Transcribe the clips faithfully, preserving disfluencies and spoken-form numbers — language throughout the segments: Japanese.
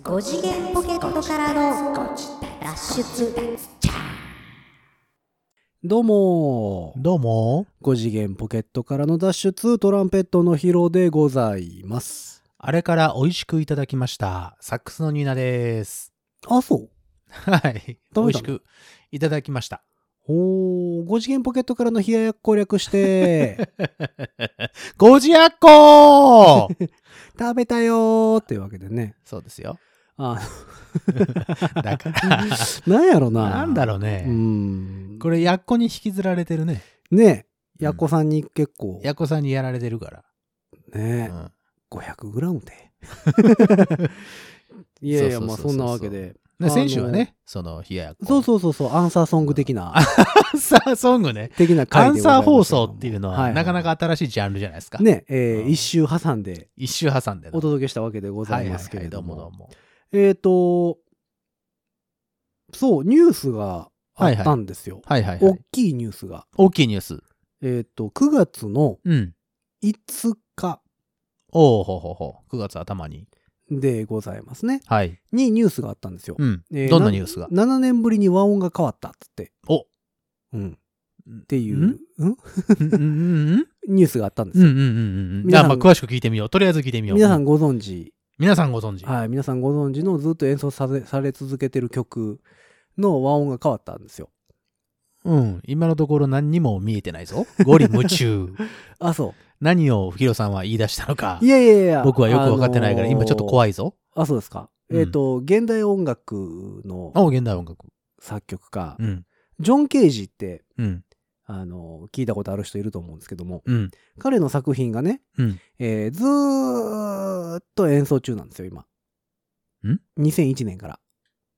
ご次元ポケットからの脱出。 どうもどうもご次元ポケットからの脱出、トランペットのヒロでございます。 あれから美味しくいただきましたサックスのニーナです。 あ、そうはい美味しくいただきました。 おー、ご次元ポケットからの冷ややっこ略してごじやっこー食べたよーっていうわけでね。 そうですよ。 あだからなんやろな。 なんだろうね。 うーん。 これやっこに引きずられてるね。 ねえ、やっこさんに結構。 やっこさんにやられてるから。 ねえ、 うん、 ごひゃくグラム で。いやいや、まあそんなわけで。 で選手はね、その冷ややっこ。 そうそうそうそう、アンサーソング的な。 アンサーソングね。 的な回アンでございますサー放送っていうのは、 はいはいなかなか新しいジャンルじゃないですか。 ね、えーうん一周挟んで一周挟んでのお届けしたわけでございますけれども。 はいはいはい、どうもどうも。 えっと、そう、ニュースがあったんですよ。 はいはいはい。 大きいニュースが。 大きいニュース。 えっと、くがつのうん。 いつかおおほうほうほう。くがつ頭に。 でございますね。 はい。 にニュースがあったんですよ。 うん。 えーどんなニュースがなななねんぶりに和音が変わったっつって。 おうん。っていう、 んうんうんうんニュースがあったんですよ。 うんうんうんうん。じ皆さんゃあまあ詳しく聞いてみよう。とりあえず聞いてみよう。 皆さんご存知、 皆さんご存知。 はい、皆さんご存知のずっと演奏されされ続けてる曲の和音が変わったんですよ。 うん。今のところ何にも見えてないぞ。ゴリ夢中。 あ、そ何をヒロさんは言い出したのかう。い。やいやいや。 僕はよく分かってないから、今ちょっと怖い。 いぞ。 あ、そうですか。 うんえっと、現代音楽のお現代音楽。 作曲家、 うん。 ジョン・ケージって、 うん。 あの、聞いたことある人いると思うんですけども、 うん。 彼の作品がね、 うん。 えーずーっと演奏中なんですよ、今。 ん ? にせんいちねんから。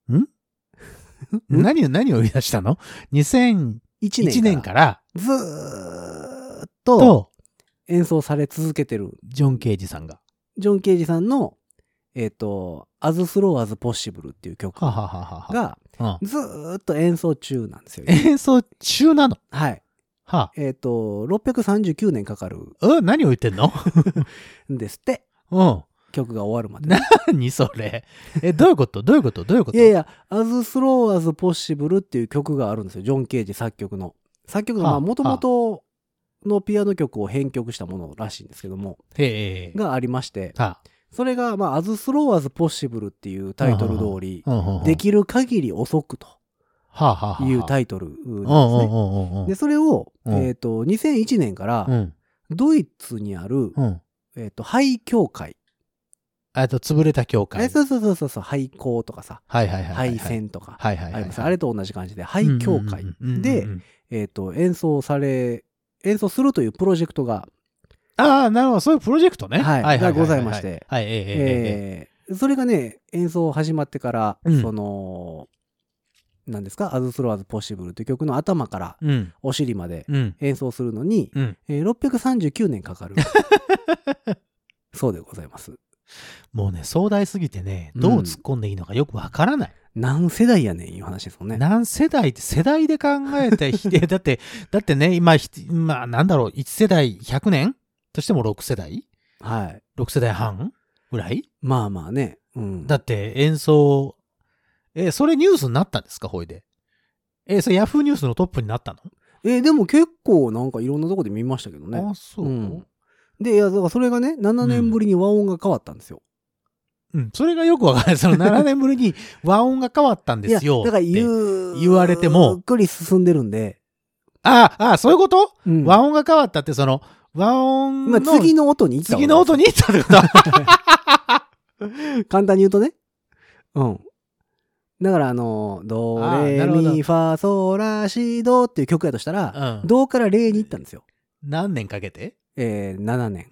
何を、何を言い出したの ?にせんいちいちねんか。 年からら、 ずーっとと、 演奏され続けてる、 ジョン・ケージさんが。 ジョン・ケージさんの、えっと、As Slow as Possible っていう曲ははははは。 が、 うんずーっと演奏中なんですよ。 演奏中なのはい。 はえっと、ろっぴゃくさんじゅうきゅうねんかかるあ、え何を言ってんのんですって。 うん。 曲が終わるまでね。 何それ。え、どういうことどういうことどういうこといやいや、As Slow as Possible っていう曲があるんですよ。ジョン・ケージ作曲の。作曲の、 はあまあ、もともとのピアノ曲を編曲したものらしいんですけども、 へえ。 がありまして、 はそれが、まあ、As Slow as Possible っていうタイトル通り、 あ、うんうんうんできる限り遅くとはあはあはあいうタイトルなんですね。 うんうんうんうんで、それを、 うんえっと、にせんいちねんからう、ん。 ドイツにある、 うん。 えっと、廃教会。 あと、潰れた教会。 えそうそうそうそうそう、廃校とかさ、 はいはいはいはい。 廃線とか。 はいはいはいはい。 あります。あれと同じ感じで、廃教会うんうんうんうんでうんうんえっと、演奏され、演奏するというプロジェクトが、 ああ、なるほど。そういうプロジェクトね。 はいがございましてはい、えええええええーそれがね、演奏始まってから、 うんその、何ですか、As Slow as Possible という曲の頭からうん。 お尻までうん。 演奏するのに、 うん。 えーろっぴゃくさんじゅうきゅうねんかかる。そうでございます。 もうね、壮大すぎてね、どう突っ込んでいいのかよくわからない。 何世代やねんいう話ですもんね。 何世代って世代で考えてひで、だって、だってね、今、ひまあ、なんだろう、いち世代ひゃくねんとしてもろく世代 ? はい。 ろく 世代半ぐらいまあまあね。うん。 だって演奏、え、それニュースになったんですかほいで。え、それヤフーニュースのトップになったのえーでも結構なんかいろんなとこで見ましたけどね。 あ、そうう。 んで、いや、だからそれがね、ななねんぶりに和音が変わったんですよ。 うん、それがよくわからない。そのななねんぶりに和音が変わったんですよ。 いや、だからって言う、 言われてもゆっくり進んでるんで。 ああ、ああ、そういうこと、 うん和音が変わったって、その、和音まあ、 の、 次の音に行ったわけ次の音に行ったってこと簡単に言うとね。うん。だから、あの、ドあーレなるほどミファソラシドっていう曲やとしたら、 うん。 ドからレに行ったんですよ。 何年かけてえー、ななねん。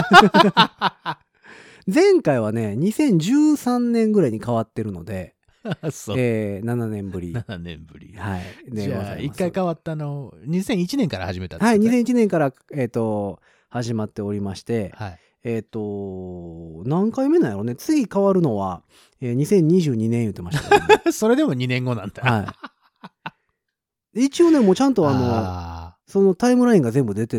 前回はね、にせんじゅうさんねんぐらいに変わってるので、 そう。 えー、ななねんぶり。 ななねんぶり。 はい。でじゃあ、 ございます一回変わったの、にせんいちねんから始めたんですかはい、にせんいちねんから、えっ、と、始まっておりまして、 はい。 えっ、と、何回目なんやろね。次変わるのは、えー、にせんにじゅうにねん言ってましたけどね、 それでもにねんごなんだ。 はい。一応ね、もうちゃんとあの、 あそのタイムラインが全部出てて、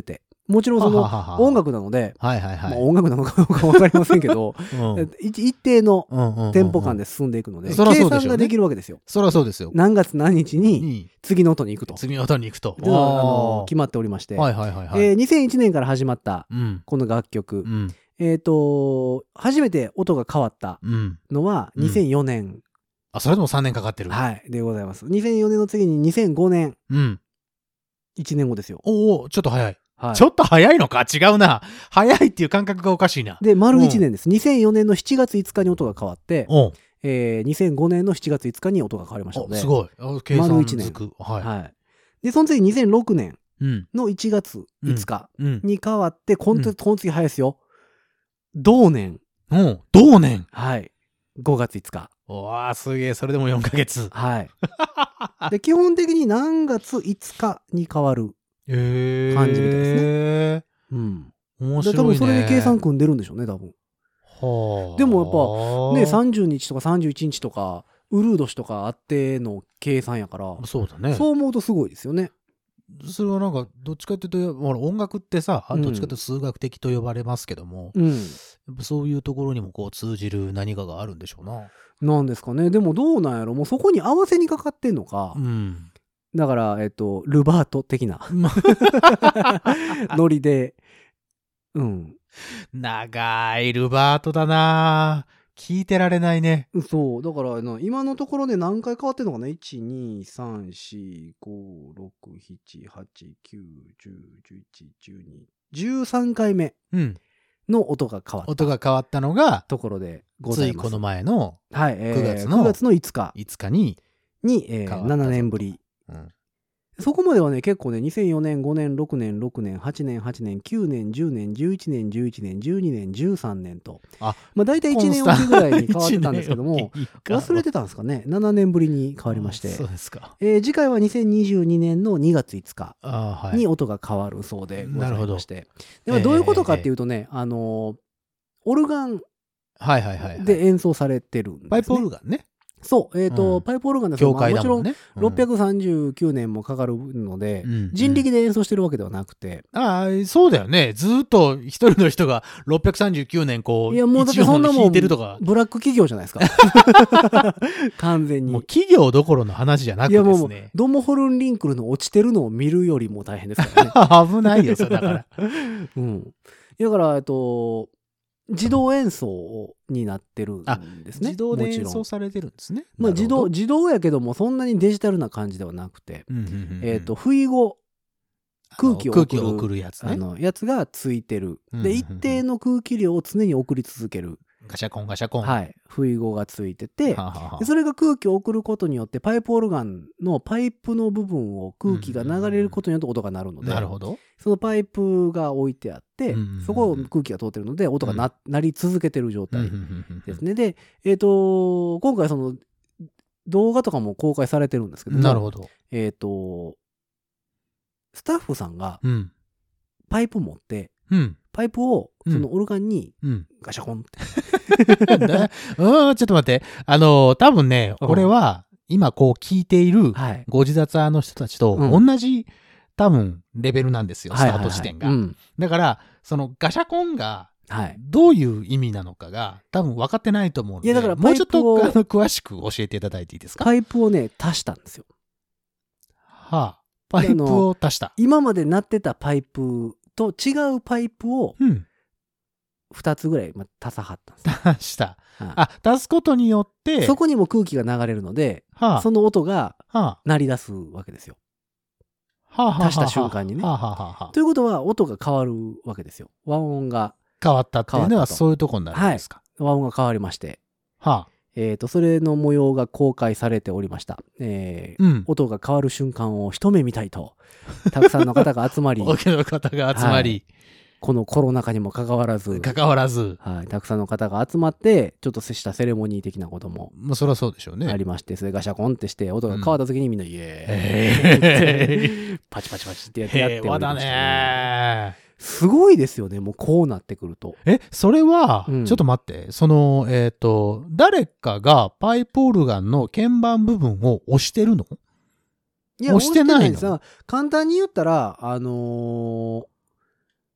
もちろんそのはははは音楽なので、 はいはいはい。 まあ、音楽なのかどうかわかりませんけど、 うん一一定のうんうんうんうんテンポ感で進んでいくので、 そりゃそうでしょうね計算ができるわけですよ。 そりゃそうですよ。 何月何日にに次の音に行くと。 次の音に行くと。 っていうのがあのあー決まっておりまして、 はいはいはいはい。 えーにせんいちねんから始まったうん。 この楽曲、 うん。 えっ、と、初めて音が変わったうん。 のはうんにせんよねん、 あ、それでもさんねんかかってる。 はい、でございます。にせんよねんの次ににせんごねん、 うん。 いちねんごですよ。 おお、ちょっと早い。 はい、 ちょっと早いのか違うな。早いっていう感覚がおかしいな。 で、丸いちねんです。にせんよねんのしちがついつかに音が変わって、 おうえーにせんごねんのしちがついつかに音が変わりましたのおで、 すごい。あ計算づく。はい。 はい。で、その次にせんろくねんうん。 のいちがついつかうん。 に変わって、このうんこの次早いですよ。同年、 うん。同年。 はい。ごがついつか。 うわあ、すげえ。それでもよんかげつ。 はい。で、基本的に何月いつかに変わる。 へえ。 感じみたいですね。 うん。 面白いね。 で多分それで計算組んでるんでしょうね、多分。 はあ。 でもやっぱね、 ささんじゅうにちとかさんじゅういちにちとか、ウルー年とかあっての計算やから、 そうだね。 そう思うとすごいですよね。 それはなんか、どっちかというと、ほら音楽ってさ、 うんどっちかというと数学的と呼ばれますけども、 うん。 やっぱそういうところにもこう通じる何かがあるんでしょうな。 なんですかね。でもどうなんやろ。もうそこに合わせにかかってんのか。 うん。 だから、えっと、ルバート的なまノリで、うん。 長いルバートだな聞いてられないね。 そう。だからな、今のところで何回変わってんのかな ?いち、に、さん、よん、ご、ろく、なな、はち、きゅう、じゅう、じゅういち、じゅうに、じゅうさんかいめうん。 の音が変わった音が変わったのが、 ところでございます。 ついこの前のはい、えー、 くがつのくがつのいつかいつかに、 に、えー、 変わったぞななねんぶり。 うん。 そこまではね、結構ね、にせんよねん、ごねん、ろくねん、ろくねん、はちねん、はちねん、きゅうねん、じゅうねん、じゅういちねん、じゅういちねん、じゅうにねん、じゅうさんねんと。 あ、 まあ大体いちねんおきぐらいに変わってたんですけども、 いちねんおきか忘れてたんですかね。ななねんぶりに変わりまして。 そうですか。 えー次回はにせんにじゅうにねんのにがついつかああ、はい。 に音が変わるそうでございまして。でまあえーどういうことかっていうとね、あのーオルガンはいはいはいはい。 で演奏されてるんですね。 パイプオルガンね。 そう、えっ、と、 うんパイプオルガンですけど、 教まあもちろん会だもんね。 ろっぴゃくさんじゅうきゅうねんもかかるので、 うん人力で演奏してるわけではなくて、 ああ、そうだよね。ずーっと一人の人がろっぴゃくさんじゅうきゅうねんこう、 いやもうだって一音弾そんなもんいてるとか。 ブラック企業じゃないですか。完全に。 もう企業どころの話じゃなくいやもうもうですね。 ドモホルンリンクルの落ちてるのを見るよりも大変ですからね。 危ないよ、それだから。 うん。だから、えっと、自動演奏になってるんですね。 自動でもちろん演奏されてるんですね。 まあ自動、 なる自動やけども、そんなにデジタルな感じではなくて、 ほどうんうんうんうんえっと、不意後、空気を送る空気を送るやつね。 あの、やつがついてる。で、 うんうんうん一定の空気量を常に送り続ける。 ガシャコンガシャコン。 はい。不意後がついてて、 はあはあはあでそれが空気を送ることによって、パイプオルガンのパイプの部分を空気が流れることによって音が鳴るので、 なるほど。 そのパイプが置いてあって、 うんうんうんそこを空気が通ってるので、音がな、鳴り続けてる状態うんうんうんうんですね。で、えっ、と、今回その、動画とかも公開されてるんですけども、 なるほど。 えっ、と、スタッフさんがうん。 パイプ持って、 うん。 パイプをうんそのオルガンにうん。 ガシャコンって。 だうん、ちょっと待って。あの、多分ね、 うん俺は、今こう聞いているはい。 ご自立派の人たちとうん同じ、多分、レベルなんですよ、スタート地点が。 うん。 だから、そのガシャコンが、 はい。 どういう意味なのかが、多分分かってないと思うんで、 いやだからもうちょっパイプをとあの詳しく教えていただいていいですか。 パイプをね、足したんですよ。 はあ、パイプを足した。 今まで鳴ってたパイプと違うパイプをうん。 ふたつぐらいまあ足さはったんですよ。 足した。 はいあ、足すことによって、 そこにも空気が流れるので、 はあ、 その音がは鳴り出すわけですよ。 あ、はあ、はあ、 足した瞬間にねはあ、はあ、はあ、はあ。 ということは、音が変わるわけですよ。和音が、 変わったっていうのは変わったとそういうとこになるんですか。 和音が変わりまして、 はあ。 えっ、と、それの模様が公開されておりました。えーうん。 音が変わる瞬間を一目見たいと、たくさんの方が集まり、 多くの方が集まり、 このコロナ禍にもかかわらず、 関わらず、 はい、たくさんの方が集まって、ちょっとしたセレモニー的なこともまあ、そりゃそうでしょうね。 ありまして、それガシャコンってして、音が変わった時にみんな、イエーイへーパチパチパチってやってやっておりました平和だね。 すごいですよね、もうこうなってくると。 え、それは、 うんちょっと待って、その、えっ、と、誰かがパイプオルガンの鍵盤部分を押してるの？ いや押してないの押してんです。簡単に言ったら、あのー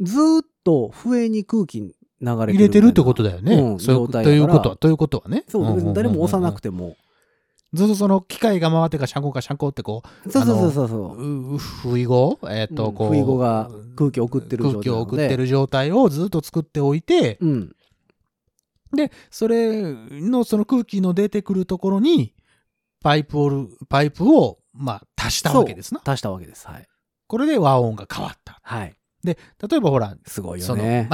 ずーっと笛に空気流れてるみたいな。 入れてるってことだよね。 うん、 そういう状態というだからことは、ということはね。 そう、別に誰も押さなくて。 ても。 ずっとその機械が回ってか、シャンコかシャンコってこう、 そうそうそうそうそう。 う不意語えっ、と、 うんこう。 不意語が空気を送ってる状態なので。 空気を送ってる状態をずっと作っておいて、 うん。 で、それの、その空気の出てくるところに、パイプを、パイプを、まあ、足したわけですな。 足したわけです。はい。 これで和音が変わった。 はい。 で、例えばほら、 すごいよね。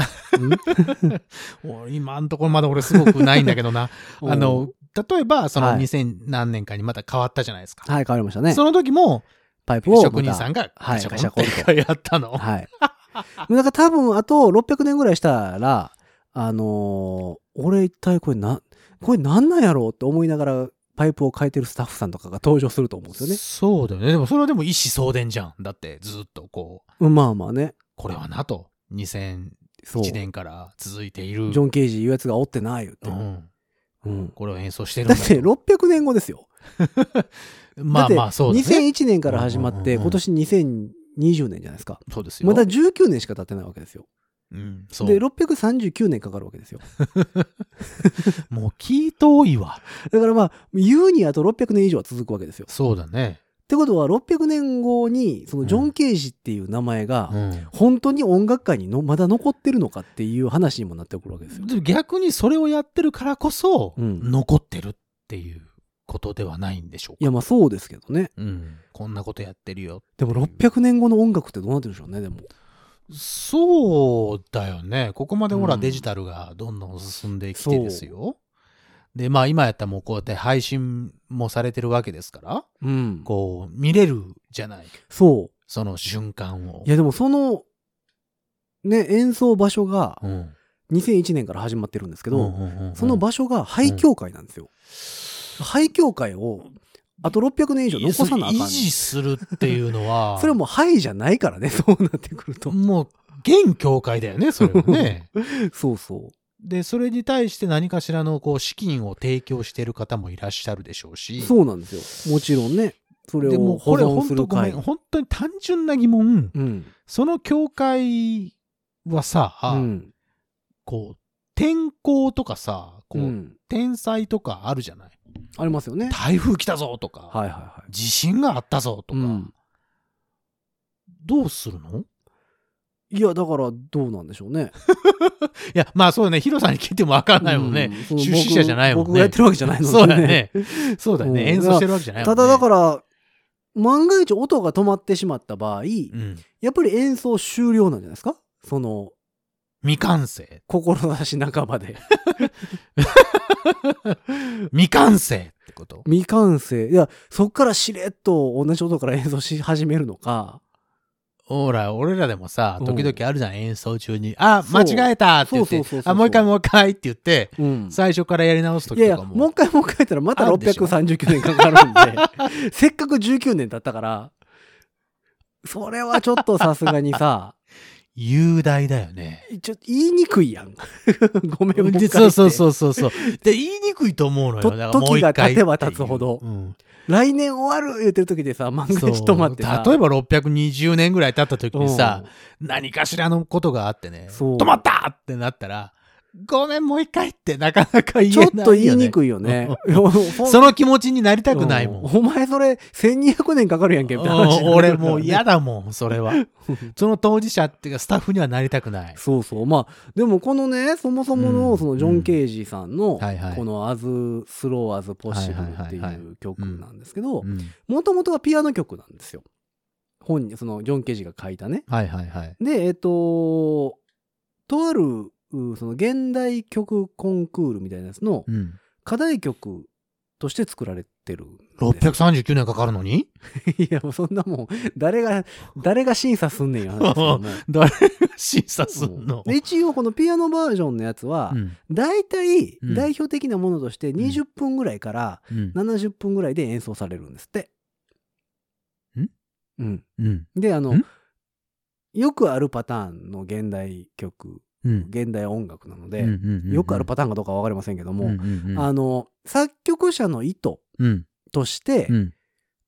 今んところまだ俺すごくないんだけどな。あの、例えば、そのにせん何年かにまた変わったじゃないですか。 はい、変わりましたね。 その時も、 パイプを職人さんがガシャコンってやったの。 はい。だから多分、あとろっぴゃくねんぐらいしたら、あのー、俺一体これな、これなんなんやろうって思いながら、パイプを変えてるスタッフさんとかが登場すると思うんですよね。 そうだよね。でもそれはでも一子相伝じゃん。だってずっとこう。まあまあね。 これはなと。にせんいちねんから続いている。 ジョン・ケージいうやつがおってない言って。 うんうん。 これを演奏してるんだ。 だってろっぴゃくねんごですよ。 まあまあそうだね。 にせんいちねんから始まって、今年にせんにじゅうねんじゃないですか。 そうですよ。 まだじゅうきゅうねんしか経ってないわけですよ。 うん、そうで、ろっぴゃくさんじゅうきゅうねんかかるわけですよ。 もう聞いといわ。 だからまあ、言うにあとろっぴゃくねん以上は続くわけですよ。 そうだね。 ってことは、ろっぴゃくねんごに、そのジョン・ケージっていう名前が、 うん、 本当に音楽界にのまだ残ってるのかっていう話にもなってくるわけですよ。 で逆にそれをやってるからこそ、 うん、 残ってるっていうことではないんでしょうか。 いや、まあそうですけどね。 うん。こんなことやってるよ。 でもろっぴゃくねんごの音楽ってどうなってるんでしょうね、でも。 そうだよね。ここまでほら、 うん、 デジタルがどんどん進んできてですよ。で、まあ今やったらもうこうやって配信もされてるわけですから、 うん、 こう見れるじゃない。 そう。 その瞬間を。 いやでもその、ね、演奏場所がにせんいちねんから始まってるんですけど、その場所が廃教会なんですよ。うん、廃教会をあとろっぴゃくねん以上残さなあかん、ね。 維持するっていうのは。 それはもう廃じゃないからね、そうなってくると。 もう、現教会だよね、それはね。 そうそう。 で、それに対して何かしらのこう資金を提供している方もいらっしゃるでしょうし。 そうなんですよ。もちろんね。それを保存する会。 でもこれ本当ごめん、本当に単純な疑問。 うん、 その教会はさ、うん、こう、天候とかさ、こう、うん、天災とかあるじゃない。 ありますよね。 台風来たぞとか、 はいはいはい、 地震があったぞとか、うん、どうするの？ いや、だからどうなんでしょうね。 いや、まあそうだね。ヒロさんに聞いても分かんないもんね。うん、出資者じゃないもんね。 僕がやってるわけじゃないので、ね。 そうだね。そうだね。うん、演奏してるわけじゃないもんね。 ただだから、万が一音が止まってしまった場合、うん、やっぱり演奏終了なんじゃないですか？その、 未完成。 志半ばで。 未完成ってこと？ 未完成。いや、そっからしれっと同じ音から演奏し始めるのか。 ほら、俺らでもさ、時々あるじゃん、うん、演奏中に。あ、間違えたって言って、あ、もう一回もう一回って言って、うん、最初からやり直す時とかも。いやいや、 もう一回もう一回やったらまたろっぴゃくさんじゅうきゅうねんかかるんで、せっかくじゅうきゅうねん経ったから、それはちょっとさすがにさ、 雄大だよね。 ちょっと言いにくいやん。ごめん、もう一回そうそうそうそうそう。で、言いにくいと思うのよ。 だからもう一回時が経てば経つほど。うん、来年終わる言ってる時でさ、万が一止まってさ。 例えばろっぴゃくにじゅうねんぐらい経った時にさ、何かしらのことがあってね、止まったってなったら、ごめん、もう一回ってなかなか言えないよね。 ちょっと言いにくいよね。 その気持ちになりたくないもん。 お前それせんにひゃくねんかかるやんけみたいな話。 俺もう嫌だもん、それは。その当事者っていうかスタッフにはなりたくない。 そうそう。まあ、でもこのね、そもそものそのジョン・ケージさんの、この As Slow as Possible っていう曲なんですけど、もともとはピアノ曲なんですよ。本に、そのジョン・ケージが書いたね。 はいはいはい。 で、えっと、とある、その現代曲コンクールみたいなやつの課題曲として作られてる、うん、 ろっぴゃくさんじゅうきゅうねんかかるのにいやもうそんなもん誰が誰が審査すんねんよ誰が審査すんの、 うん、一応このピアノバージョンのやつは、うん、だいたい代表的なものとしてにじゅっぷんぐらいからななじゅっぷんぐらいで演奏されるんですって。 うんうんうん、であのよくあるパターンの現代曲、うん、現代音楽なので、うんうんうんうん、よくあるパターンかどうかは分かりませんけども、うんうんうん、あの作曲者の意図として、うん、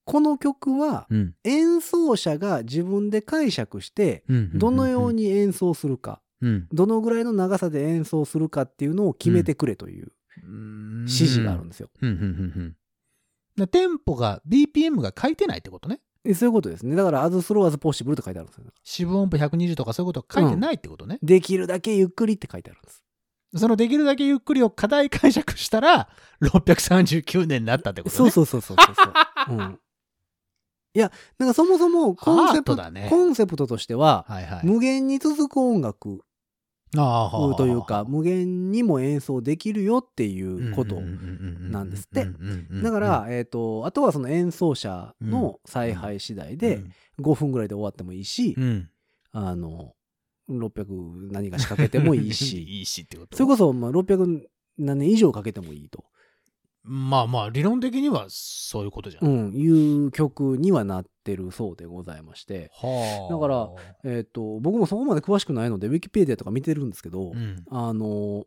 この曲は演奏者が自分で解釈してどのように演奏するか、どのぐらいの長さで演奏するかっていうのを決めてくれという指示があるんですよ。 テンポが ビーピーエム が書いてないってことね。 そういうことですね。だから as slow as possible って書いてあるんですよ。 四分音符ひゃくにじゅうとかそういうこと書いてないってことね、 うん、できるだけゆっくりって書いてあるんです。 そのできるだけゆっくりを課題解釈したらろっぴゃくさんじゅうきゅうねんになったってことね。 そうそうそうそうそうそう、うん、いやなんかそもそもコンセプト、ね、コンセプトとしては、はいはい、無限に続く音楽というか無限にも演奏できるよっていうことなんですって。だから、えーと、あとはその演奏者の采配次第でごふんぐらいで終わってもいいし、うん、あのろっぴゃく何が仕掛けてもいいしいいしってこと。 それこそまあろっぴゃく何年以上かけてもいいと。 まあまあ理論的にはそういうことじゃん、 うん、いう曲にはなってるそうでございまして、はあ、だから、えーと、僕もそこまで詳しくないのでウィキペディアとか見てるんですけど、うん、あの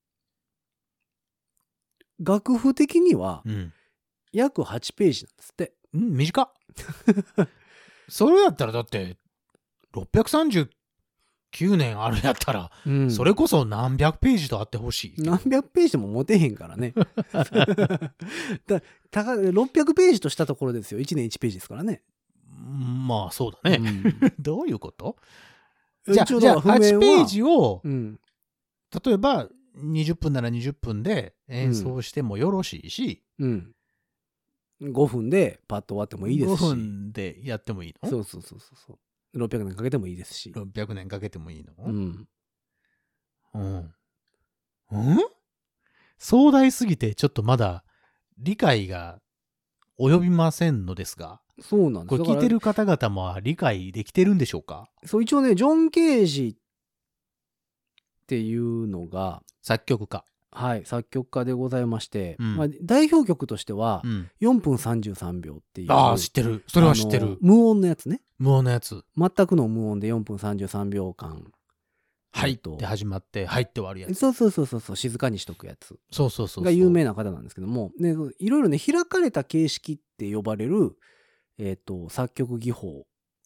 楽譜的には約はちページなんですって。 うん、短っそれやったらだってろっぴゃくさんじゅうきゅうねんあるやったら、うん、それこそ何百ページとあってほしい。 何百ページでも持てへんからねだたかろっぴゃくページとしたところですよ。いちねんいちページですからね。 まあそうだね、うん、どういうことじゃあじゃあはちページを、うん、例えばにじゅっぷんならにじゅっぷんで演奏してもよろしいし、うんうん、ごふんでパッと終わってもいいですし、 ごふんでやってもいいの？ そうそうそうそうろっぴゃくねんかけてもいいですし。 ろっぴゃくねんかけてもいいの？ うん。 うん。うん壮大すぎてちょっとまだ理解が及びませんのですが。 そうなんです。 これ聞いてる方々も理解できてるんでしょうか？ そう、一応ね、ジョン・ケージっていうのが作曲家。 はい、作曲家でございまして、うんまあ、代表曲としてはよんぷんさんじゅうさんびょうっていう、 ああ知ってる、それは知ってる。 無音のやつね。 無音のやつ、 全くの無音でよんぷんさんじゅうさんびょうかんはいって始まってはいって終わるやつ。 そうそうそうそうそう、静かにしとくやつ。 そうそうそうが有名な方なんですけども、ね、いろいろね開かれた形式って呼ばれる、えー、と作曲技法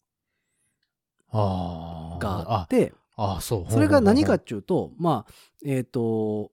があって、 ああそうそれが何かっていうと、まあえっ、ー、と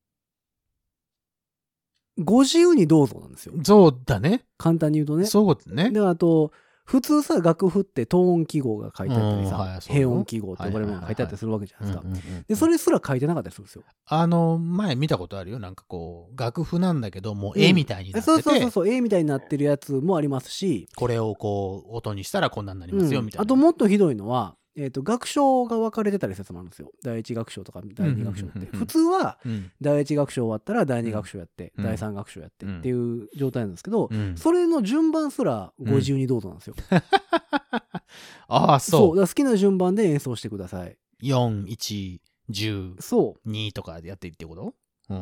ご自由にどうぞなんですよ。 そうだね。 簡単に言うとね。 そうね。 で、あと、普通さ、楽譜って等音記号が書いてあったりさ、はい、平音記号って呼ばれるものが書いてあったりするわけじゃないですか。で、それすら書いてなかったりするんですよ。 あの、前見たことあるよ。なんかこう、楽譜なんだけど、もう絵みたいになってて、うん、 そうそうそう、絵みたいになってるやつもありますし、 これをこう、音にしたらこんなになりますよ、みたいな。 うん、あともっとひどいのは、えーと、楽章が分かれてたりするやつもあるんですよ。だいいち楽章とかだいに楽章って。普通は、だいいち楽章終わったらだいに楽章やって、うん、だいさん楽章やってっていう状態なんですけど、うん、それの順番すらご自由にどうぞなんですよ。うん、 ああ、そう。 そう。だから好きな順番で演奏してください。 よん、いち、じゅう、 そう。 にとかでやっていいってこと？ うん、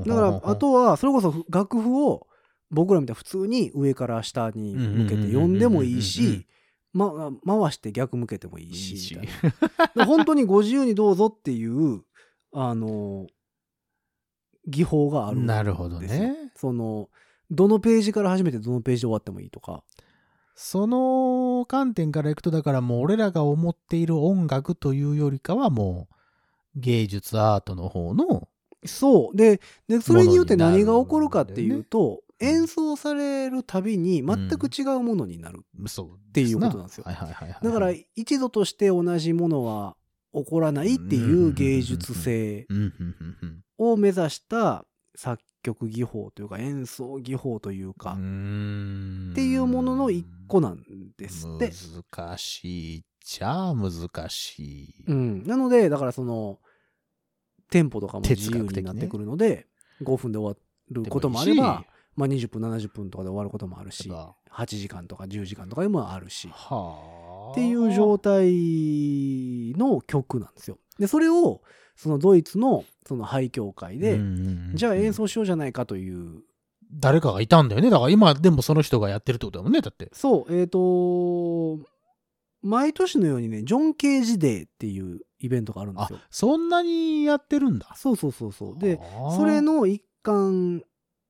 だから、あとは、それこそ楽譜を僕らみたいに普通に上から下に向けて読んでもいいし、ま、回して逆向けてもいいし、いいしみたいな。本当にご自由にどうぞっていうあの技法があるんですよ。 なるほどね。 そのどのページから始めてどのページで終わってもいいとか。 その観点からいくと、だからもう俺らが思っている音楽というよりかはもう芸術アートの方の、 そうで、でそれによって何が起こるかっていうと、演奏されるたびに全く違うものになるっていうことなんですよ。だから一度として同じものは起こらないっていう芸術性を目指した作曲技法というか演奏技法というかっていうものの一個なんですって。 難しいっちゃ難しい。 うん、なのでだからそのテンポとかも自由になってくるので、ね、ごふんで終わることもあれば。まあ、にじゅっぷんななじゅっぷんとかで終わることもあるし、はちじかんとかじゅうじかんとかでもあるし、はっていう状態の曲なんですよ。でそれをそのドイツのその廃教会で、じゃあ演奏しようじゃないかという誰かがいたんだよね。だから今でもその人がやってるってことだもんね。だってそうえっと毎年のようにねジョン・ケージデーっていうイベントがあるんですよ。 あ、そんなにやってるんだ。 そうそうそうそう。でそれの一環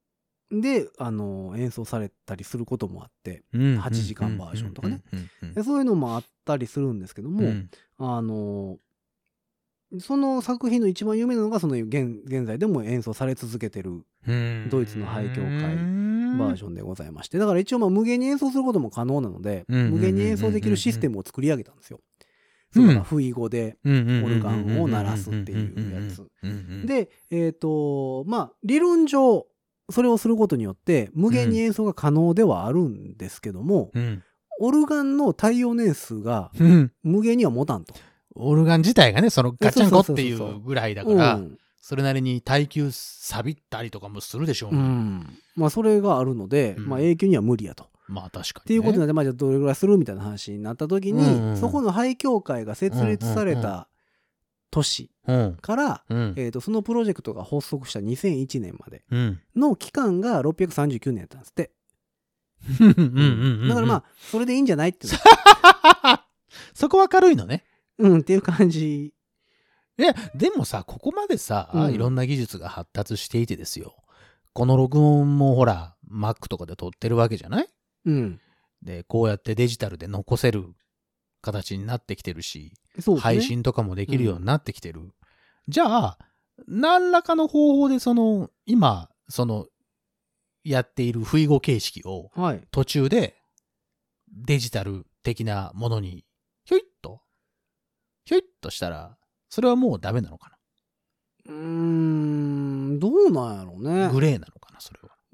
で、あの、演奏されたりすることもあって、はちじかんバージョンとかね。そういうのもあったりするんですけども、うん、あの、その作品の一番有名なのが、その現、現在でも演奏され続けてる、ドイツの廃教会バージョンでございまして、だから一応まあ無限に演奏することも可能なので、無限に演奏できるシステムを作り上げたんですよ。その不意語でオルガンを鳴らすっていうやつ。で、えっと、まあ、理論上、それをすることによって無限に演奏が可能ではあるんですけども、うん、オルガンの耐用年数が無限には持たんと。 オルガン自体がね、そのガチャンコっていうぐらいだから、それなりに耐久錆びったりとかもするでしょうね。うん、 まあそれがあるので、うん、まあ永久には無理やと。 まあ確かに、ね。 っていうことなんで、まあじゃあどれぐらいするみたいな話になった時に、うんうん、そこの廃教会が設立された年から、うん、えーと、そのプロジェクトが発足したにせんいちねんまでの期間がろっぴゃくさんじゅうきゅうねんやったんですって。だからまあ、それでいいんじゃないっていうそこは軽いのね。 うん、っていう感じ。 いや、でもさ、ここまでさ、うん、いろんな技術が発達していてですよ。この録音もほら、Mac とかで撮ってるわけじゃない？うん。で、こうやってデジタルで残せる形になってきてるし、そうですね、配信とかもできるようになってきてる。うん、じゃあ、何らかの方法でその、今、その、やっている不意語形式を、途中でデジタル的なものに、ひょいっと、ひょいっとしたら、それはもうダメなのかな？ うーん、どうなんやろうね。 グレーなのかな、それは。 うん、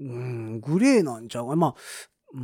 グレーなんちゃうか。まあ、うん、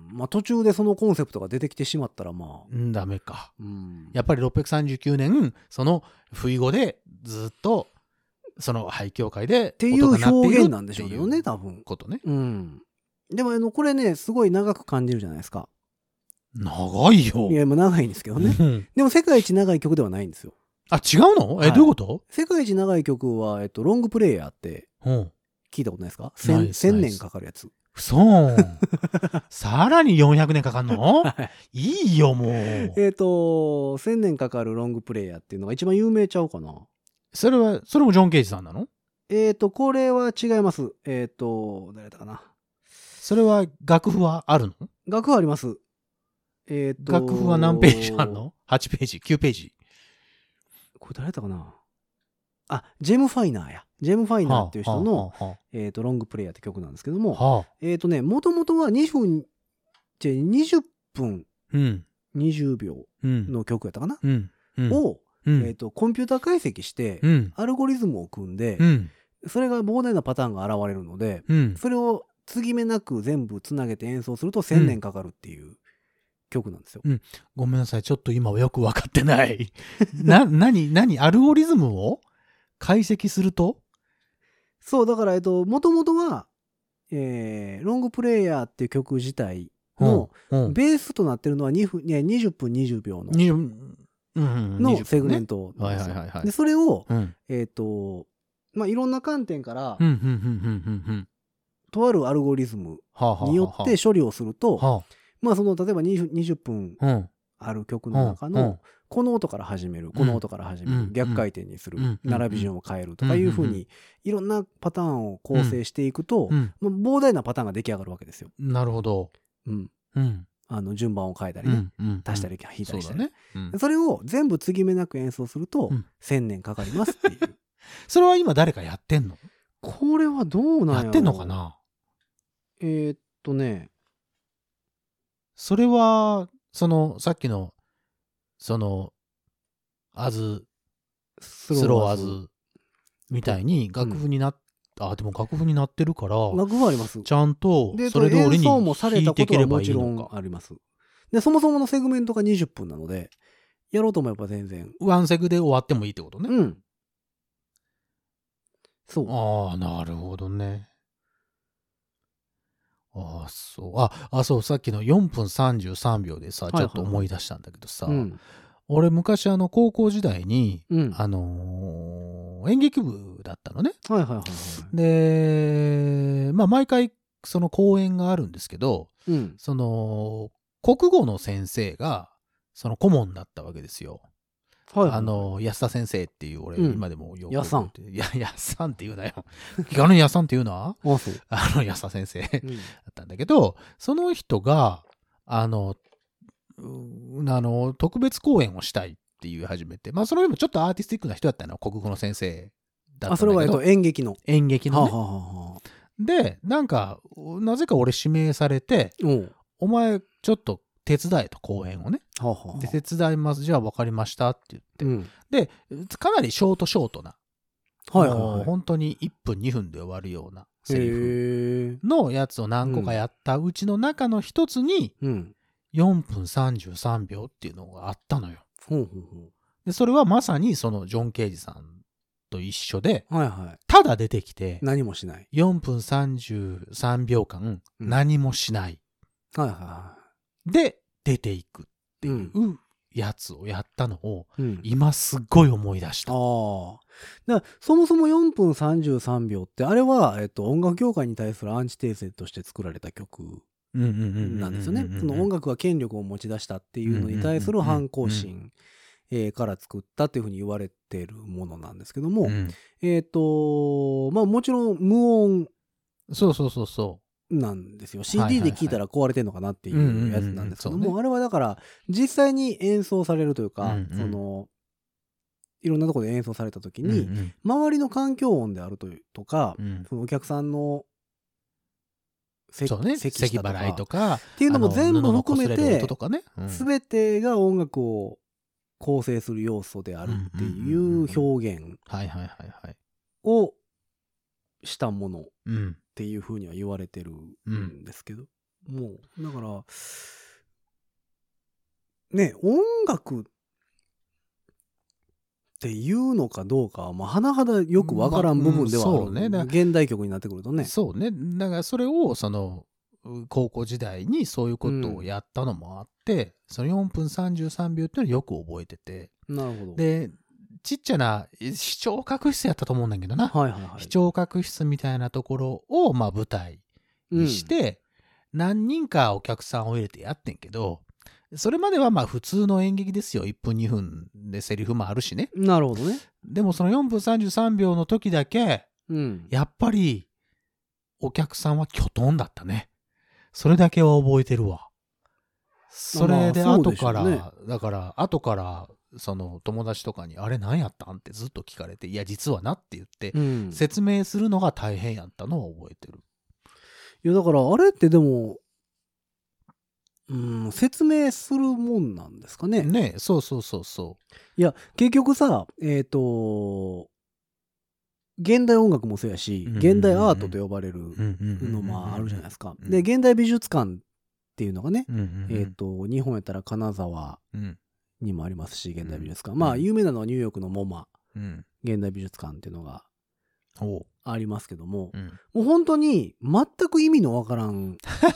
まあ途中でそのコンセプトが出てきてしまったらまあ。 うん、ダメか。うん、やっぱりろっぴゃくさんじゅうきゅうねん、その不意語でずっと、その廃教会でっていう表現なんでしょうけどね、多分。 ことね。 うん。でもあのこれね、すごい長く感じるじゃないですか。 長いよ。 いや、もう長いんですけどね。でも世界一長い曲ではないんですよ。 あ、違うの？え、はい、どういうこと？ 世界一長い曲は、えっと、ロングプレイヤーって、聞いたことないですか？千、千年かかるやつ。 そう。さらによんひゃくねんかかんの？いいよ、もう。 えっと、千年かかるロングプレイヤーっていうのが一番有名ちゃうかな。 それは、それもジョン・ケージさんなの？ えっと、これは違います。えっと、誰だかな。 それは楽譜はあるの？ 楽譜あります。えっと。 楽譜は何ページあるの？ はち ページ、きゅうページ。 これ誰だったかな。あ、ジェム・ファイナーや。ジェム・ファイナーっていう人の、はあはあはあ、えっと、ロングプレイヤーって曲なんですけども、はあ、えっとね、もともとはにふん、じゃにじゅっぷん、うん、にじゅうびょうの曲やったかな、うんうん、を、うん、えっと、コンピューター解析して、うん、アルゴリズムを組んで、うん、それが膨大なパターンが現れるので、うん、それを継ぎ目なく全部つなげて演奏するとせんねんかかるっていう。曲なんですよ、 うん。ごめんなさい。ちょっと今はよく分かってない。な、なに、なに、アルゴリズムを解析すると？ そう、だから、えっと、もともとは、えー、ロングプレイヤーっていう曲自体の、うんうん、ベースとなってるのはにふん、いやにじゅっぷんにじゅうびょうの、うんうん、のセグメントなんですよ。で、それを、うん、えっと、まあ、いろんな観点から、とあるアルゴリズムによって処理をすると、はあはあまあその例えばにじゅっぷんある曲の中のこの音から始めるこの音から始める逆回転にする並び順を変えるとかいうふうにいろんなパターンを構成していくと膨大なパターンが出来上がるわけですよ。 なるほど。 うんあの順番を変えたりね足したり引いたりしたりそれを全部継ぎ目なく演奏するとせんねんかかりますっていう。 それは今誰かやってんの？ これはどうなんやろ？ やってんのかな？ えっとねそれは、その、さっきの、その、アズ、スローアズみたいに楽譜になっ、うん、あ、でも楽譜になってるから、 楽譜あります。 ちゃんと、それ通りに弾いていければいいのか。もちろんあります。で、そもそものセグメントがにじゅっぷんなので、やろうと思えば全然。 ワンセグで終わってもいいってことね。 うん。そう。 ああ、なるほどね。ああ、そう。あ、あ、そう、さっきのよんぷんさんじゅうさんびょうでさ、ちょっと思い出したんだけどさ、はいはいはいうん、俺昔あの、高校時代に、うん、あのー、演劇部だったのね。 はいはいはい、はい。 で、まあ、毎回、その公演があるんですけど、うん、その、国語の先生が、その顧問だったわけですよ。 はいはい、あの、安田先生っていう、俺、うん、今でもよく。 安さん。 いや、安さんって言うなよ。気軽に安さんって言うな。 あ、そう。 あの、安田先生、うん、だったんだけど、その人が、あの、あの、特別講演をしたいって言い始めて、まあ、それよりもちょっとアーティスティックな人だったの、国語の先生だったんだけど。 あ、それは、えっと、演劇の。 演劇の、ね。 はあはあはあ、 で、なんか、なぜか俺指名されて、お前、ちょっと手伝えと、講演をね。 はあはあ、 で、手伝います。じゃあ分かりましたって言って。うん、で、かなりショートショートな。はいはいはい、本当にいっぷんにふんで終わるようなセリフのやつを何個かやったうちの中の一つに、よんぷんさんじゅうさんびょうっていうのがあったのよ。 ほうほうほう、 で、それはまさにそのジョン・ケージさんと一緒で、 はいはい、 ただ出てきて、 何もしない。 よんぷんさんじゅうさんびょうかん、何もしない。 はいはい。 で、出ていくっていうやつをやったのを、うん、今すっごい思い出した。 ああ。だからそもそもよんぷんさんじゅうさんびょうって、あれは、えっと、音楽業界に対するアンチテーゼとして作られた曲なんですよね。その音楽が権力を持ち出したっていうのに対する反抗心から作ったっていうふうに言われてるものなんですけども、うん、えっと、まあもちろん無音。 そうそうそうそう。 なんですよ。シーディー で聴いたら壊れてんのかなっていうやつなんですけども、あれはだから実際に演奏されるというか、うんうん、その、いろんなところで演奏された時に、うんうん、周りの環境音であるというとか、うん、そのお客さんのそうね、席払いとかっていうのも全部含めて、すべてが音楽を構成する要素であるっていう表現をしたものっていうふうには言われてるんですけど、うん、もうだからね、音楽っていうのかどうかは、まあ、甚だよくわからん部分ではある、まあうん、そうね、現代曲になってくるとね。 そうね。だからそれを、その、高校時代にそういうことをやったのもあって、うん、そのよんぷんさんじゅうさんびょうっていうのをよく覚えてて。 なるほど。 で、ちっちゃな視聴覚室やったと思うんだけどな。 はいはいはい、 視聴覚室みたいなところを、まあ、舞台にして、うん、何人かお客さんを入れてやってんけど、それまではまあ普通の演劇ですよ。いっぷんにふんでセリフもあるしね。 なるほどね。 でもそのよんぷんさんじゅうさんびょうの時だけ、うん、やっぱりお客さんはキョトンだったね。それだけは覚えてるわ。それで後から、まあね、だから後からその友達とかにあれ何やったんってずっと聞かれて、いや実はなって言って、うん、説明するのが大変やったのは覚えてる。 いやだからあれってでも、うん、説明するもんなんですかね。 ね、そうそうそうそう。 いや、結局さ、えっと、現代音楽もそうやし、うんうんうん、現代アートと呼ばれるのもあるじゃないですか。うんうんうん、で、現代美術館っていうのがね、うんうんうん、えっと、日本やったら金沢にもありますし、現代美術館。うん、まあ、有名なのはニューヨークのモマ、うん、現代美術館っていうのがありますけども、うん、もう本当に全く意味のわからん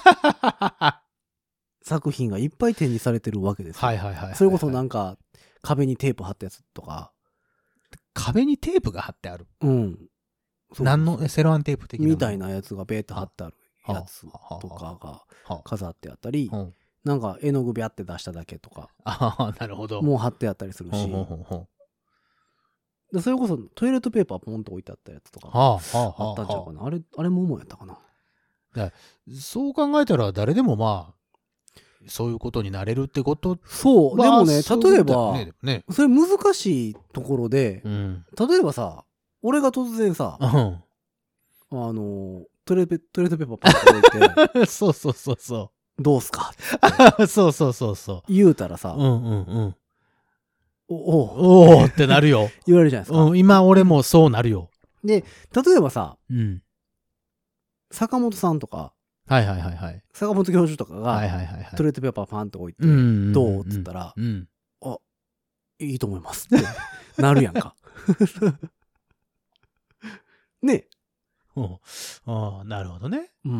作品がいっぱい展示されてるわけですよ。 はいはいはいはいはい、 それこそなんか壁にテープ貼ったやつとか。 壁にテープが貼ってある？ うん。 何のセロハンテープ的なみたいなやつがベーッと貼ってあるやつとかが飾ってあったり、なんか絵の具ビャって出しただけとか。 ああ、なるほど。 もう貼ってあったりするし。ほうほうほうほう。でそれこそトイレットペーパーポンと置いてあったやつとかあったんちゃうかな。あれ、あれも思うやったかな。 だそう考えたら誰でもまあ、そういうことになれるってことそう。でもね、例えば、ねね、それ難しいところで、うん、例えばさ、俺が突然さ、うん、あの、トイレ、トイレットペーパーパッと置いて、 そうそうそうそう。 どうすかそうそうそうそう。 言うたらさ、 うんうんうん。 おおおってなるよ。 言われるじゃないですか。 うん、今俺もそうなるよ。 で、例えばさ、うん、坂本さんとか、 はいはいはいはい。 坂本教授とかが、はいはいはいはい、トイレットペーパーパンと置いて、うんうんうんうん、どうっつったら、うん、あ、いいと思いますってなるやんか。ね。 ああ、なるほどね。うん。うん、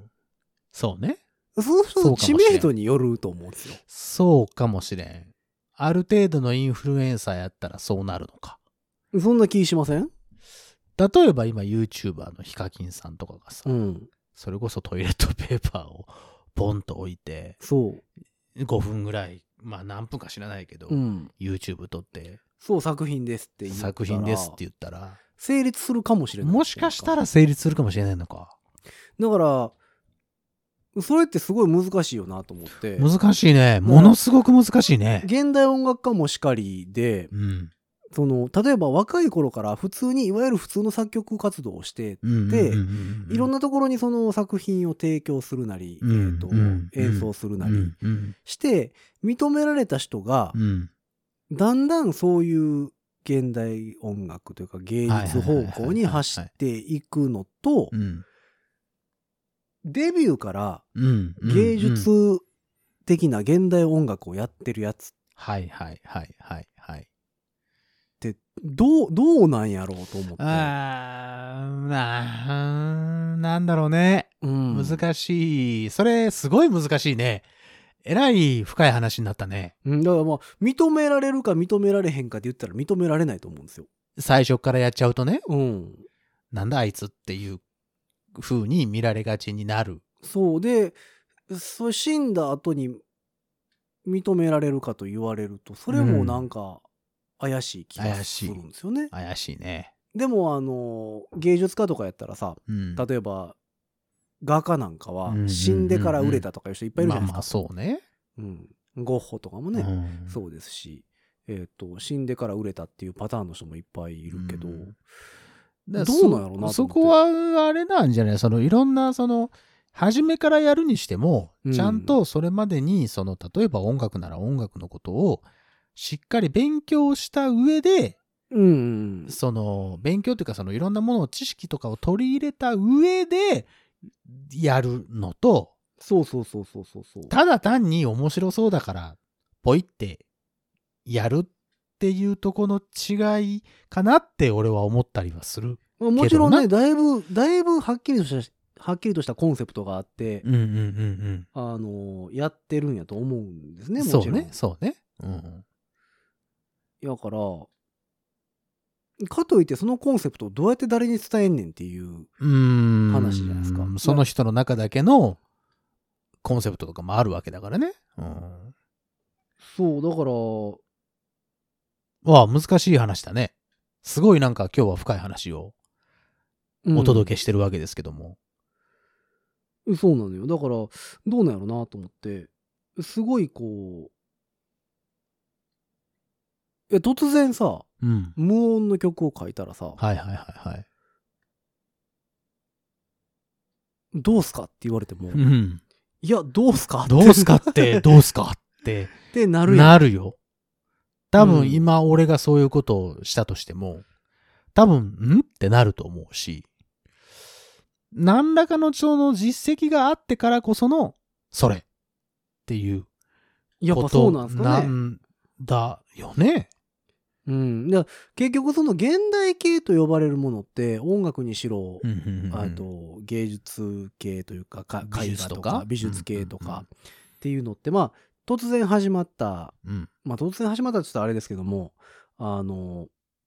そうね。 そうすると知名度によると思うんですよ。 そうかもしれん。ある程度のインフルエンサーやったらそうなるのか。 そんな気しません？ 例えば今 YouTuber のヒカキンさんとかがさ、うん、それこそトイレットペーパーをポンと置いて、 そう。 ごふんぐらいまあ何分か知らないけど、うん、YouTube 撮って、 そう作品ですって言ったら、 作品ですって言ったら、 成立するかもしれない。 もしかしたら成立するかもしれないのか。 だから、それってすごい難しいよなと思って。 難しいね。ものすごく難しいね。 現代音楽家もしかりで、うん、その例えば若い頃から普通にいわゆる普通の作曲活動をしてて、いろんなところにその作品を提供するなり、うんえーとうん、演奏するなりして認められた人が、うん、だんだんそういう現代音楽というか芸術方向に走っていくのと、デビューから芸術的な現代音楽をやってるやつはいはいはいはいはいってどうどうなんやろうと思って。 あーななんだろうね、うん、難しい。それすごい難しいね。えらい深い話になったね。 うん、だからまあ認められるか認められへんかって言ったら認められないと思うんですよ。 最初からやっちゃうとね。 うん。 なんだあいつっていう風に見られがちになる。 そうで、それ死んだ後に認められるかと言われると、それもなんか怪しい気がするんですよね。 怪しい、怪しいね。 でもあの芸術家とかやったらさ、うん、例えば画家なんかは死んでから売れたとかいう人いっぱいいるじゃないですか。 まあまあそうね。 うん、ゴッホとかもね、うん、そうですし、えーと、死んでから売れたっていうパターンの人もいっぱいいるけど、うん、どうなんやろうなと思って。 そこはあれなんじゃない？そのいろんなその初めからやるにしても、うん、ちゃんとそれまでにその例えば音楽なら音楽のことをしっかり勉強した上で、うん、その勉強というかそのいろんなものを知識とかを取り入れた上でやるのと、 そうそうそうそうそうそう。 ただ単に面白そうだからポイってやるっていうとこの違いかなって俺は思ったりはする。 もちろんね、だいぶだいぶはっきりとしたはっきりとしたコンセプトがあって、うんうんうんうん、あのやってるんやと思うんですね。もちろん。 そうね、そうね。うん。 だからかといってそのコンセプトをどうやって誰に伝えんねんっていう話じゃないですか。 その人の中だけのコンセプトとかもあるわけだからね。うん、 そうだからわあ難しい話だね。すごいなんか今日は深い話をお届けしてるわけですけども。 うん、そうなのよ。だからどうなんやろなと思ってすごいこう。いや突然さ、うん、無音の曲を書いたらさ、 はいはいはいはい。 どうすかって言われても、うん、いやどうすかどうすかってどうすかってってなるよ。 なるよ。多分今俺がそういうことをしたとしても、多分んってなると思うし、何らかのその実績があってからこそのそれっていうことなんだよね。 うん、だ結局その現代系と呼ばれるものって音楽にしろ、うんうんうん、あと芸術系というか絵画とか美術系とかっていうのってまあ突然始まった、うん、まあ突然始まったって言ったらあれですけどもあの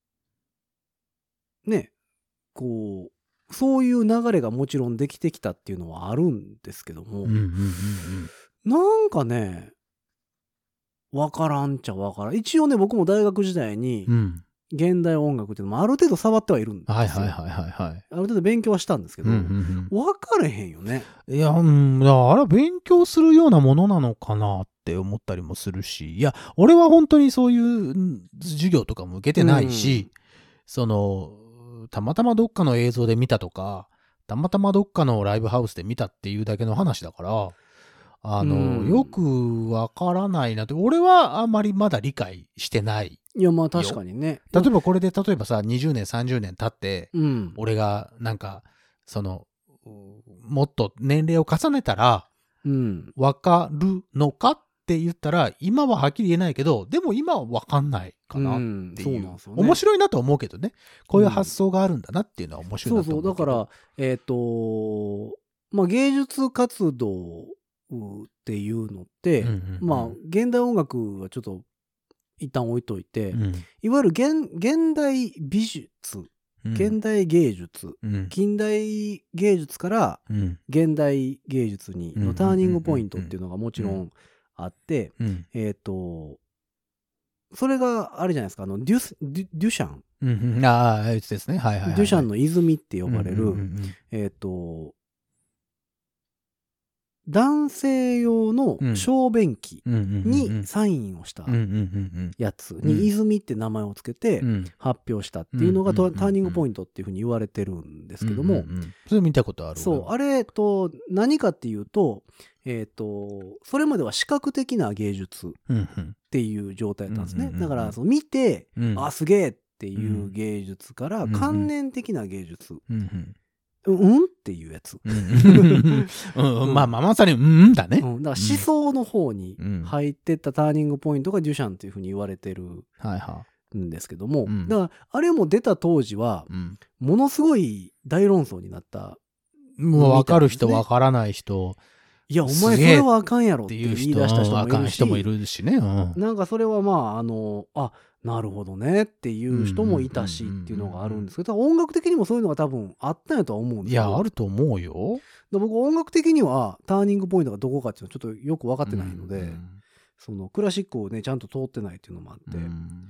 ねこうそういう流れがもちろんできてきたっていうのはあるんですけども、うんうんうんうん、なんかねわからんちゃわからん。一応ね、僕も大学時代に、現代音楽っていうのもある程度触ってはいるんですよ。 はいはいはいはい、はい。 ある程度勉強はしたんですけど、うんうんうん、分かれへんよね。 いや、うん、いやあれは勉強するようなものなのかなって思ったりもするし、いや、俺は本当にそういう授業とかも受けてないし、うん、その、たまたまどっかの映像で見たとか、たまたまどっかのライブハウスで見たっていうだけの話だから、あの、うん、よくわからないなって、俺はあんまりまだ理解してない。 いや、まあ確かにね。 例えばこれで、例えばさ、にじゅうねん、さんじゅうねん経って、うん、俺がなんか、その、もっと年齢を重ねたら、わかるのかって言ったら、今ははっきり言えないけど、でも今はわかんないかなっていう。うん、そうなんですよね。面白いなと思うけどね。こういう発想があるんだなっていうのは面白いなと思うけど、うん。そうそう、 だから、えっと、まあ芸術活動、っていうのって、うんうんうん、まあ現代音楽はちょっと一旦置いといて、うん、いわゆる 現, 現代美術、うん、現代芸術、うん、近代芸術から現代芸術にのターニングポイントっていうのがもちろんあって、 うん、 えっと、それがあれじゃないですか、あの、デュス、デュ、デュシャン。 うんうん、ああ、あいつですね。はいはいはい、はい。 デュシャンの泉って呼ばれる、 うんうんうんうん、 えっと、男性用の小便器にサインをしたやつに泉って名前をつけて発表したっていうのがターニングポイントっていうふうに言われてるんですけども、 それ見たことある。 そう、あれと何かっていうと、えっと、それまでは視覚的な芸術っていう状態だったんですね。だからその見て、あ、すげえっていう芸術から観念的な芸術。うんっていうやつ。 まあまあまさにうんだね。 うん、だから思想の方に入ってったターニングポイントがデュシャンっていうふうに言われてるんですけども、だからあれも出た当時はものすごい大論争になった。 もう分かる人分からない人。 いやお前それはあかんやろって言い出した人もいるし、 あかん人もいるしね。 なんかそれはまああのあなるほどねっていう人もいたしっていうのがあるんですけど、音楽的にもそういうのが多分あったんやとは思うんですよ。 いや、あると思うよ。 僕音楽的にはターニングポイントがどこかっていうのはちょっとよく分かってないので、うんうん、そのクラシックをねちゃんと通ってないっていうのもあって、うん、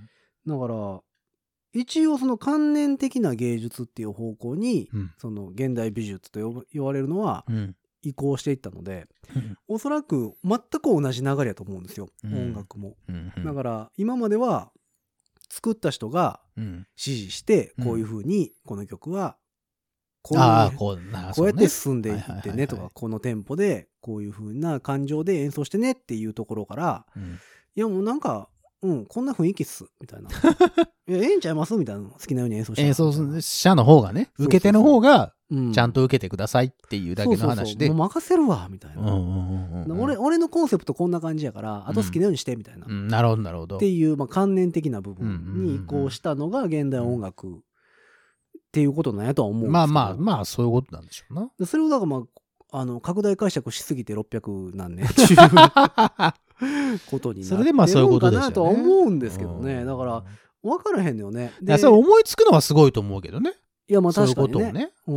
だから一応その観念的な芸術っていう方向に、うん、その現代美術と言われるのは移行していったので、うん、おそらく全く同じ流れやと思うんですよ、うん、音楽も、うんうん、だから今までは作った人が指示してこういう風にこの曲はこういう、こうやって進んでいってねとか、このテンポでこういう風な感情で演奏してねっていうところから、いやもうなんかうんこんな雰囲気っすみたいな、いやええんちゃいますみたいな、好きなように演奏して演奏者の方がね、受け手の方がちゃんと受けてくださいっていうだけの話で、 もう任せるわみたいな、俺俺のコンセプトこんな感じやからあと好きなようにしてみたいな、 なるほどなるほどっていうまあ観念的な部分に移行したのが現代音楽っていうことなんやとは思うんですけど、 まあまあまあそういうことなんでしょうな。 それをだからまああの拡大解釈しすぎてろっぴゃくなんねんっていうことになってるのかなとは思うんですけどね。だから分からへんのよね。 で、それ思いつくのはすごいと思うけどね。 いやまあ確かにね。 そういうことをね。 うん。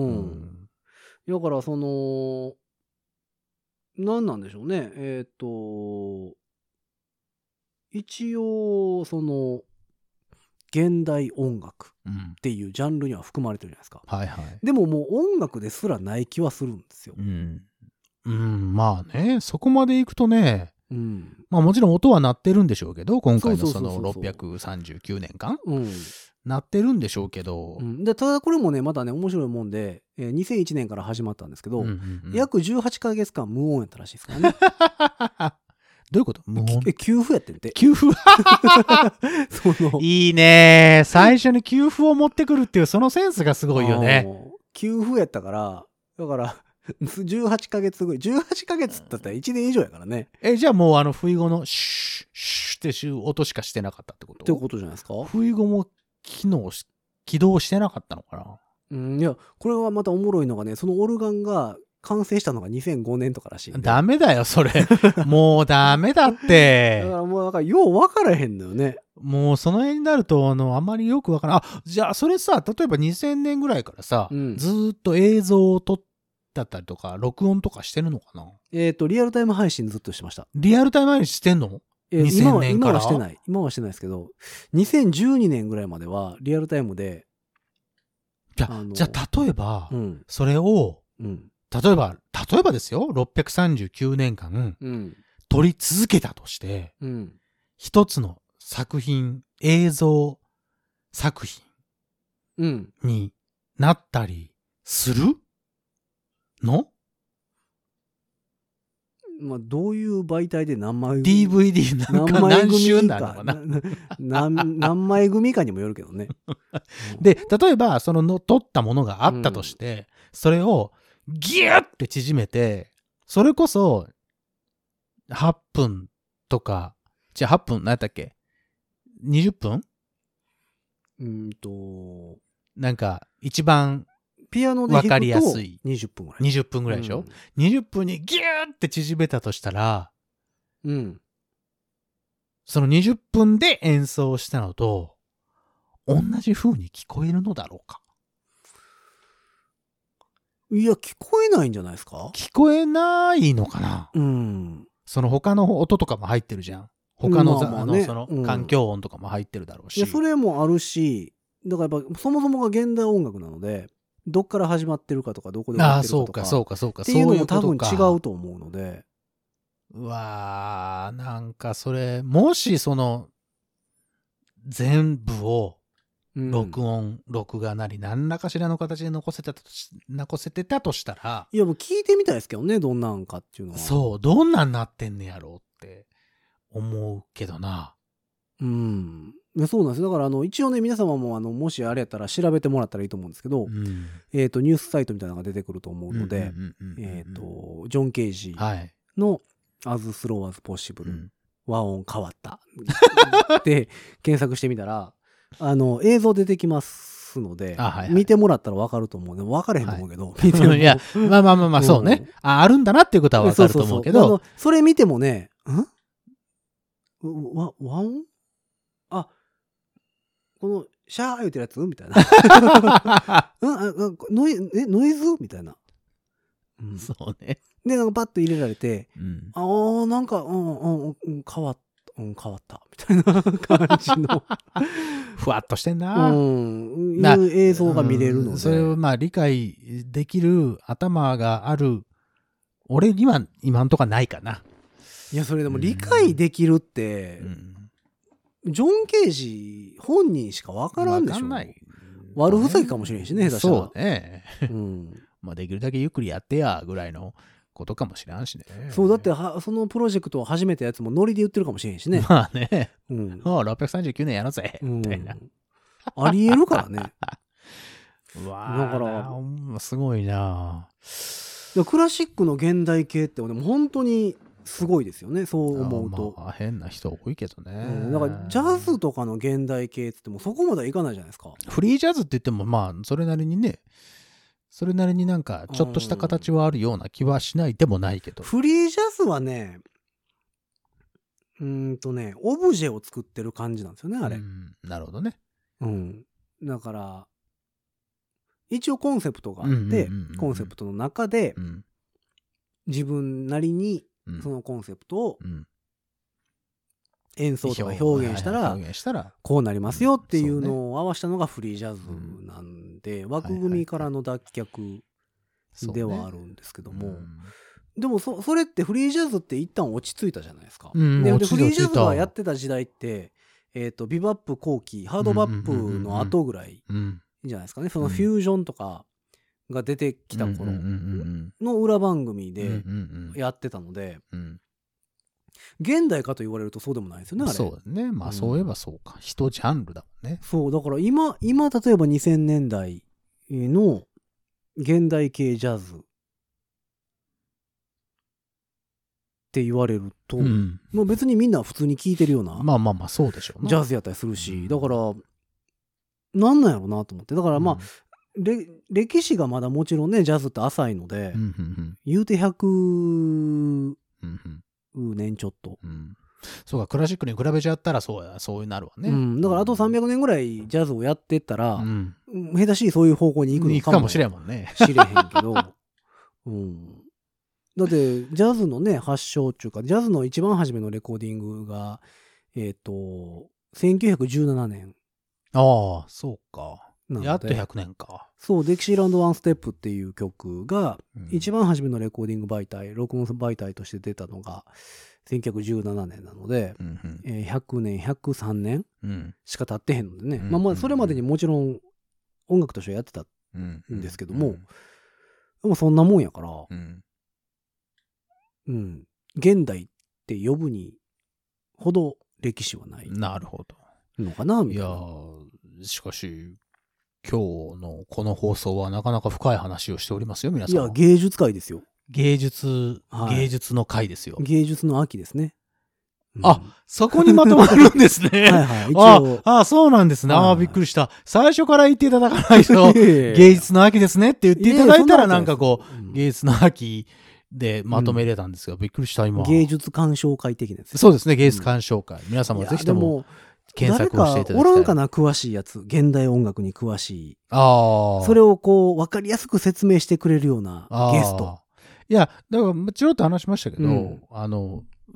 だからその何なんでしょうね。えっと一応その現代音楽っていうジャンルには含まれてるじゃないですか、 うんはいはい、 でももう音楽ですらない気はするんですよ、 うんうん、まあねそこまでいくとね、 うん、 まあもちろん音は鳴ってるんでしょうけど今回のそのろっぴゃくさんじゅうきゅうねんかん、うん、鳴ってるんでしょうけど、 うん、でただこれもねまたね面白いもんで、えー、にせんいちねんから始まったんですけど、うんうんうん、約じゅうはちかげつかん無音やったらしいですからねどういうこと無音え、給付やってんて。 給付そのいいね最初に給付を持ってくるっていうそのセンスがすごいよね。 給付やったから、だから、じゅうはちかげつぐらい、じゅうはちかげつだったらいちねん以上やからね。 え、じゃあもうあの、不意語のシュッ、シュッってシュ音しかしてなかったってことってことじゃないですか。 不意語も機能し、起動してなかったのかな。 うん、いや、これはまたおもろいのがね、そのオルガンが、完成したのがにせんごねんとからしいんで。 ダメだよ、それ。もうダメだって。 だからもう、だからよう分からへんのよね。 もうその辺になると、あの、あまりよく分からん。あ、じゃあそれさ、例えばにせんねんぐらいからさ、うん、ずーっと映像を撮ったりとか、録音とかしてるのかな？ えっと、リアルタイム配信ずっとしてました。 リアルタイム配信してんの？えー、にせんねんから。 今は、今はしてない。今はしてないですけど、にせんじゅうにねんぐらいまではリアルタイムで。 じゃあ、じゃあ例えば、うん、それを、うん例えば、例えばですよ、ろっぴゃくさんじゅうきゅうねんかん、うん、撮り続けたとして、うん、一つの作品、映像作品になったりするの？ まあ、どういう媒体で何枚ディーブイディー なんか何週なのかな何, 何枚組かにもよるけどね。 で、例えば、そのの撮ったものがあったとして、うん、それをギュッって縮めて、それこそ、はっぷんとか、じゃあはっぷん、何やったっけ ?にじゅっぷん? うんと、 なんか、一番、 ピアノで弾くと分かりやすい。にじゅっぷんぐらい。 にじゅっぷんぐらいでしょ、うん、にじゅっぷんにギューって縮めたとしたら、 うん。 そのにじゅっぷんで演奏したのと、同じ風に聞こえるのだろうか。 いや、聞こえないんじゃないですか？ 聞こえないのかな？ うん。 その他の音とかも入ってるじゃん。他の、まあまあね、あのその環境音とかも入ってるだろうし、 うん、いやそれもあるし、だからやっぱそもそもが現代音楽なので、どっから始まってるかとかどこで終わってるかとか、ああそうかそうかそうかっていうのも多分違うと思うので、 うわーなんかそれもしその全部を録音、うん、録画なり何らかしらの形で残せてたとし残せてたとしたら、 いやもう聞いてみたいですけどね、どんなんかっていうのは。 そうどんなんなってんねやろうって思うけどな。 うん。そうなんです。だからあの一応ね、皆様もあのもしあれやったら調べてもらったらいいと思うんですけど、うん、えっとニュースサイトみたいなのが出てくると思うので、えっとジョン・ケージの As Slow as Possible、うん、和音変わったって検索してみたら、あの映像出てきますので、はいはい、見てもらったら分かると思う。でも分からへんと思うけど、はい、見てもいやまあまあまあまあそうね、うん、ああるんだなっていうことは分かると思うけど、 そうそうそう、それ見てもね、んわ和音あこのシャー言うてるやつみたいな、うん、あノイえノイズみたいな、 うん、そうね。 でなんかパッと入れられて、うん、ああなんか、うんうんうん、変わった、うん、変わったみたいな感じのふわっとしてんな、 うん、いう映像が見れるので、うん、 それをまあ理解できる頭がある俺には今んとこないかな。 いやそれでも理解できるって、うんうん、ジョン・ケージ本人しか分からんでしょ。分かんない。悪ふざけかもしれんしね、下手したら。 そうね。うん、まあできるだけゆっくりやってやぐらいのことかもしれんしね。 そうだってはそのプロジェクトを始めたやつもノリで言ってるかもしれんしね。 まあね。うん。ああろっぴゃくさんじゅうきゅうねんやろうぜ、みたいな。 ありえるからね。 うわだからすごいな。 クラシックの現代系ってでも本当にすごいですよね、そう思うと。 まあ、変な人多いけどね、 うん、だからジャズとかの現代系ってもそこまではいかないじゃないですか。 フリージャズって言ってもまあそれなりにね、それなりになんかちょっとした形はあるような気はしないでもないけど、 フリージャズはね、うーんとねオブジェを作ってる感じなんですよね、あれ。うん、 なるほどね。 うん、だから一応コンセプトがあって、コンセプトの中で、うん、自分なりにそのコンセプトを演奏とか表現したらこうなりますよっていうのを合わせたのがフリージャズなんで、枠組みからの脱却ではあるんですけども、でも そ, それってフリージャズって一旦落ち着いたじゃないですか。でフリージャズがやってた時代って、えーとビバップ後期ハードバップの後ぐらいじゃないですかね。そのフュージョンとかが出てきた頃の裏番組でやってたので、現代かと言われるとそうでもないですよね、あれ。 そうだね。まあそういえばそうか。一ジャンルだもんね。 そう、だから今、今例えばにせんねんだいの現代系ジャズって言われると、うん、まあ別にみんな普通に聴いてるような、 まあまあまあそうでしょうね。 ジャズやったりするし、だから、なんなんやろうなと思って。だからまあ、うん、歴史がまだもちろんね、ジャズって浅いので、うんうんうん、言うてひゃくねんちょっと、うん、 そうか、クラシックに比べちゃったらそうや、そういうなるわね、 うん、だからあとさんびゃくねんぐらいジャズをやってったら、うん、下手しいそういう方向に行くのかもしれんもんね知れへんけど、うん、だってジャズのね発祥っていうかジャズの一番初めのレコーディングがえっとせんきゅうひゃくじゅうななねん。 ああそうか、やっとひゃくねんか。 そう、デキシーランドワンステップっていう曲が、一番初めのレコーディング媒体、録音媒体として出たのがせんきゅうひゃくじゅうななねんなので、うんうんえー、ひゃくねん、ひゃくさんねんしか経ってへんのでね、うん、まあまあそれまでにもちろん音楽としてやってたんですけども、うんうん、でもそんなもんやから、うん、うん、現代って呼ぶにほど歴史はないなるほどのかなみたいな。 いやしかし今日のこの放送はなかなか深い話をしておりますよ皆さん。いや芸術界ですよ。 芸術、はい、芸術の回ですよ。 芸術の秋ですね。 うん、あ、そこにまとまるんですね。はいはい。一応ああ、そうなんですね。はいはい、ああ、びっくりした。最初から言っていただかないと、芸術の秋ですねって言っていただいたらなんかこう、うん、芸術の秋でまとめれたんですが、うん、びっくりした今。 芸術鑑賞会的なやつ。 そうですね、芸術鑑賞会。うん、皆様ぜひとも検索をしていただきたい。 誰かおらんかな詳しいやつ。現代音楽に詳しい。ああ。それをこう、わかりやすく説明してくれるようなゲスト。 いや、だから、ちょろっと話しましたけど、うん、あの、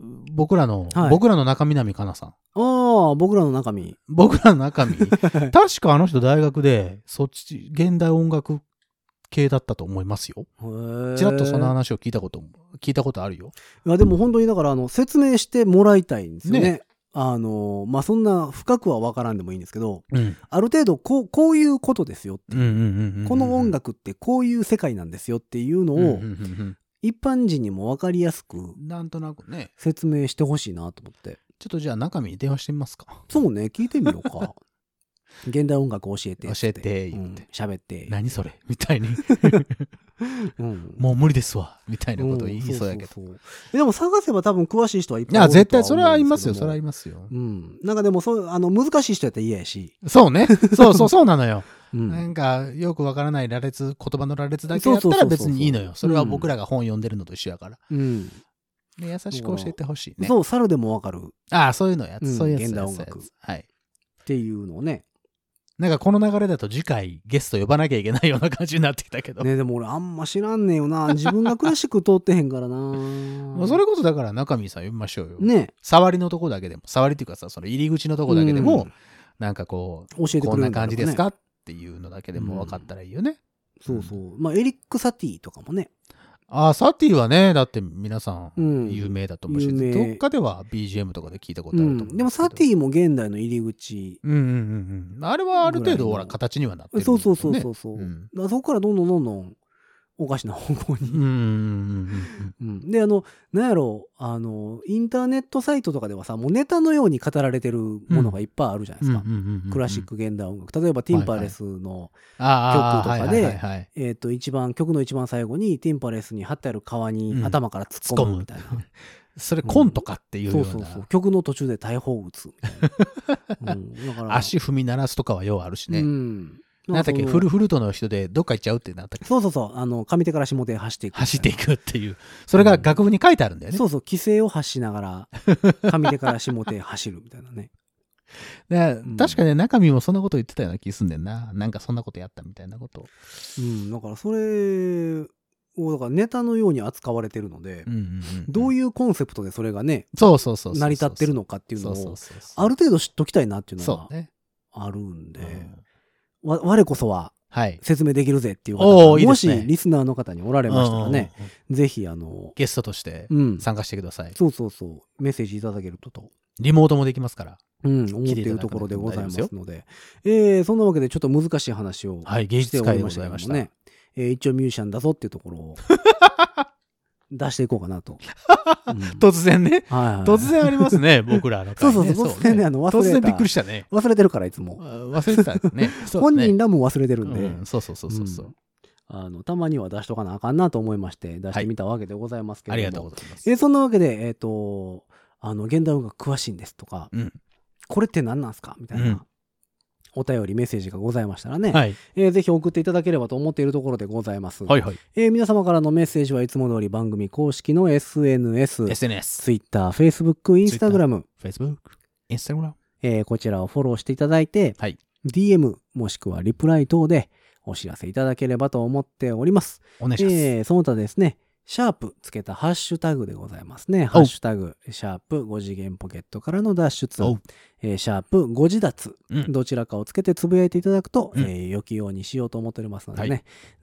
僕らの、はい、僕らの中南かなさん。 ああ、僕らの中身。 僕らの中身。確かあの人大学で、そっち、現代音楽系だったと思いますよ。ちらっとその話を聞いたこと、聞いたことあるよ。 いや、でも本当にだから、あの、説明してもらいたいんですよね。ね、あの、まあ、そんな深くは分からんでもいいんですけど、うん、ある程度こう、こういうことですよっていう。この音楽ってこういう世界なんですよっていうのを、うんうんうんうん一般人にも分かりやすくなんとなくね説明してほしいなと思って。 ちょっとじゃあ中身に電話してみますか。 そうね、聞いてみようか。現代音楽教えて教えて言って喋、うん、って。 何それみたいに、うん、もう無理ですわみたいなことを言いそうやけど、うん、そうそうそうでも探せば多分詳しい人はいっぱいいるとは思うんですけども。 いや絶対それはありますよそれはありますよ。 うん。なんかでもそうあの難しい人やったら嫌やし。 そうね。そうそうそうなのよ。うん、なんかよくわからない羅列言葉の羅列だけやったら別にいいのよ。それは僕らが本読んでるのと一緒やから。うん。で優しく教えてほしいね。 そう猿でもわかる。 ああそういうのやつ、うん、そういうやつ現代音楽はいっていうのをね。 なんかこの流れだと次回ゲスト呼ばなきゃいけないような感じになってきたけど。 ねでも俺あんま知らんねえよな。自分がクラシック通ってへんからな。 それこそだから中身さん呼びましょうよ。 ね触りのとこだけでも、触りっていうかさ、その入り口のとこだけでも、うん、なんかこう、 教えてくれる、ね、 こんな感じですかっていうのだけでも分かったらいいよね。 うん、そうそう。まあエリック・サティとかもね。 ああ、サティはね、だって皆さん有名だと思うし、うん、どっかでは ビージーエム とかで聞いたことあると思う、うん。 でもサティも現代の入り口。 うんうんうんうん。あれはある程度ほら形にはなってる、ね。 そうそうそうそうそう。うん、だそこからどんどんどんどんおかしな方向に。うんうんうん、で、あの、なんやろう、あの、インターネットサイトとかではさ、もうネタのように語られてるものがいっぱいあるじゃないですか。クラシック現代音楽。例えば、ティンパレスの曲とかで、えっと、一番、曲の一番最後に、ティンパレスに貼ってある革に頭から突っ込むみたいな。うん、 それコントかっていうような、うん、そうそうそう。 曲の途中で大砲撃つみたいな。うん、だから足踏み鳴らすとかはようあるしね。うんなんだっけフルフルートの人でどっか行っちゃうってなったっけ。 そうそうそうあの上手から下手へ走っていく走っていくっていうそれが楽譜に書いてあるんだよね、 うん、そうそう規制を発しながら上手から下手へ走るみたいなねで、うん、確かね中身もそんなこと言ってたような気すんねんな。なんかそんなことやったみたいなことうんだからそれをだからネタのように扱われてるので、うんうんうんうん、どういうコンセプトでそれがねそうそうそう成り立ってるのかっていうのをある程度知っときたいなっていうのがあるんで、ねうん、わ我こそは説明できるぜっていう方が、はい、もしリスナーの方におられましたらね、ぜひあのゲストとして参加してください、うん、 そうそうそうメッセージいただけるととリモートもできますからうん思っているところでございますので、えー、そんなわけでちょっと難しい話をしておりましたけどもね、はいえー、一応ミュージシャンだぞっていうところを出していこうかなと、 うん、突然ね、はいはいはい、突然ありますね僕らの、ね、 そうそうそう突然ねあの忘れた突然びっくりしたね忘れてるからいつも忘れてたね本人らも忘れてるんで、 うん、そうそうそうそうそう、うんあのたまには出しとかなあかんなと思いまして出してみたわけでございますけれども、はい、 ありがとうございます。 えー、そんなわけでえっ、ー、とあの現代音楽詳しいんですとか、うん、これって何なんすかみたいな、うん、お便りメッセージがございましたらね、はいえー、ぜひ送っていただければと思っているところでございます、はいはいえー、皆様からのメッセージはいつも通り番組公式の エスエヌエス、 エスエヌエス、 Twitter、Facebook、Instagram、 Facebook、Instagram、 えー、こちらをフォローしていただいて、はい、ディーエム もしくはリプライ等でお知らせいただければと思っております。 お願いします。 えー、その他ですね、シャープつけたハッシュタグでございますね。ハッシュタグ、シャープご次元ポケットからの脱出、えー、シャープご自脱、うん、どちらかをつけてつぶやいていただくと、うんえー、良きようにしようと思っておりますのでね、はい、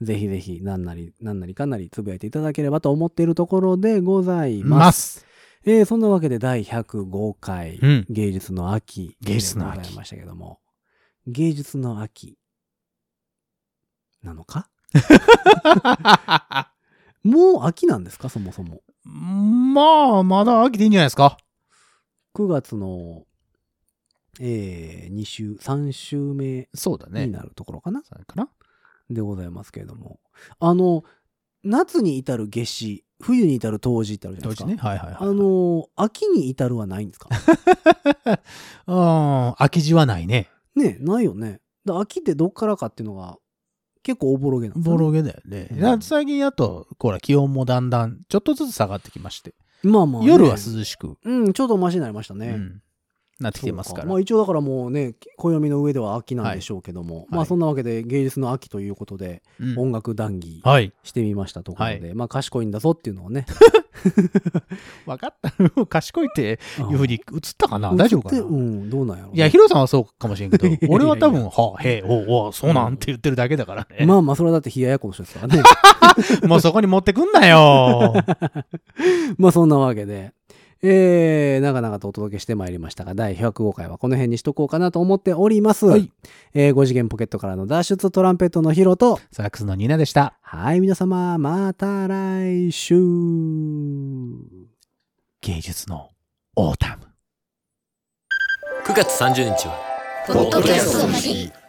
ぜひぜひ何なり何なりかなりつぶやいていただければと思っているところでございます。えー、そんなわけでだいひゃくごかい、うん、芸術の秋でございましたけども、芸術の秋なのかもう秋なんですかそもそも。 まあまだ秋でいいんじゃないですか。 くがつの、えー、に週さん週目になるところかな、 そうだね、かなでございますけれども、あの夏に至る夏至、冬に至る冬至ってあるじゃないですか。冬至ね、はいはいはい。あの秋に至るはないんですか。 ああ、秋至はないね。 ねないよね。だ秋ってどっからかっていうのが結構おぼろげなんですよね。おぼろげだよね。うん、最近やっとほら気温もだんだんちょっとずつ下がってきまして、 まあまあ、ね、 夜は涼しく、 うん、ちょっとマシになりましたね。うん、 なってきてますから。 まあ一応だからもうね、暦の上では秋なんでしょうけども、はい、まあそんなわけで芸術の秋ということで、音楽談義してみましたところで、はい、まあ賢いんだぞっていうのをね。 分かった賢いっていうふうに映ったかな、大丈夫かな。 うん、どうなんやろう、ね。 いや、ヒロさんはそうかもしれんけど、俺は多分、はあ、へえ、おお、そうなんって言ってるだけだからね。 まあまあ、それはだって冷ややっこの人ですからね。 もうそこに持ってくんなよ。 まあそんなわけで、えー、長々とお届けしてまいりましたが、だいひゃくごかいはこの辺にしとこうかなと思っております。はい。えー、ご次元ポケットからの脱出トランペットのヒロと、 サックスのニーナでした。 はい、皆様、また来週。 芸術のオータム。 くがつさんじゅうにちは、ポッドキャストの日。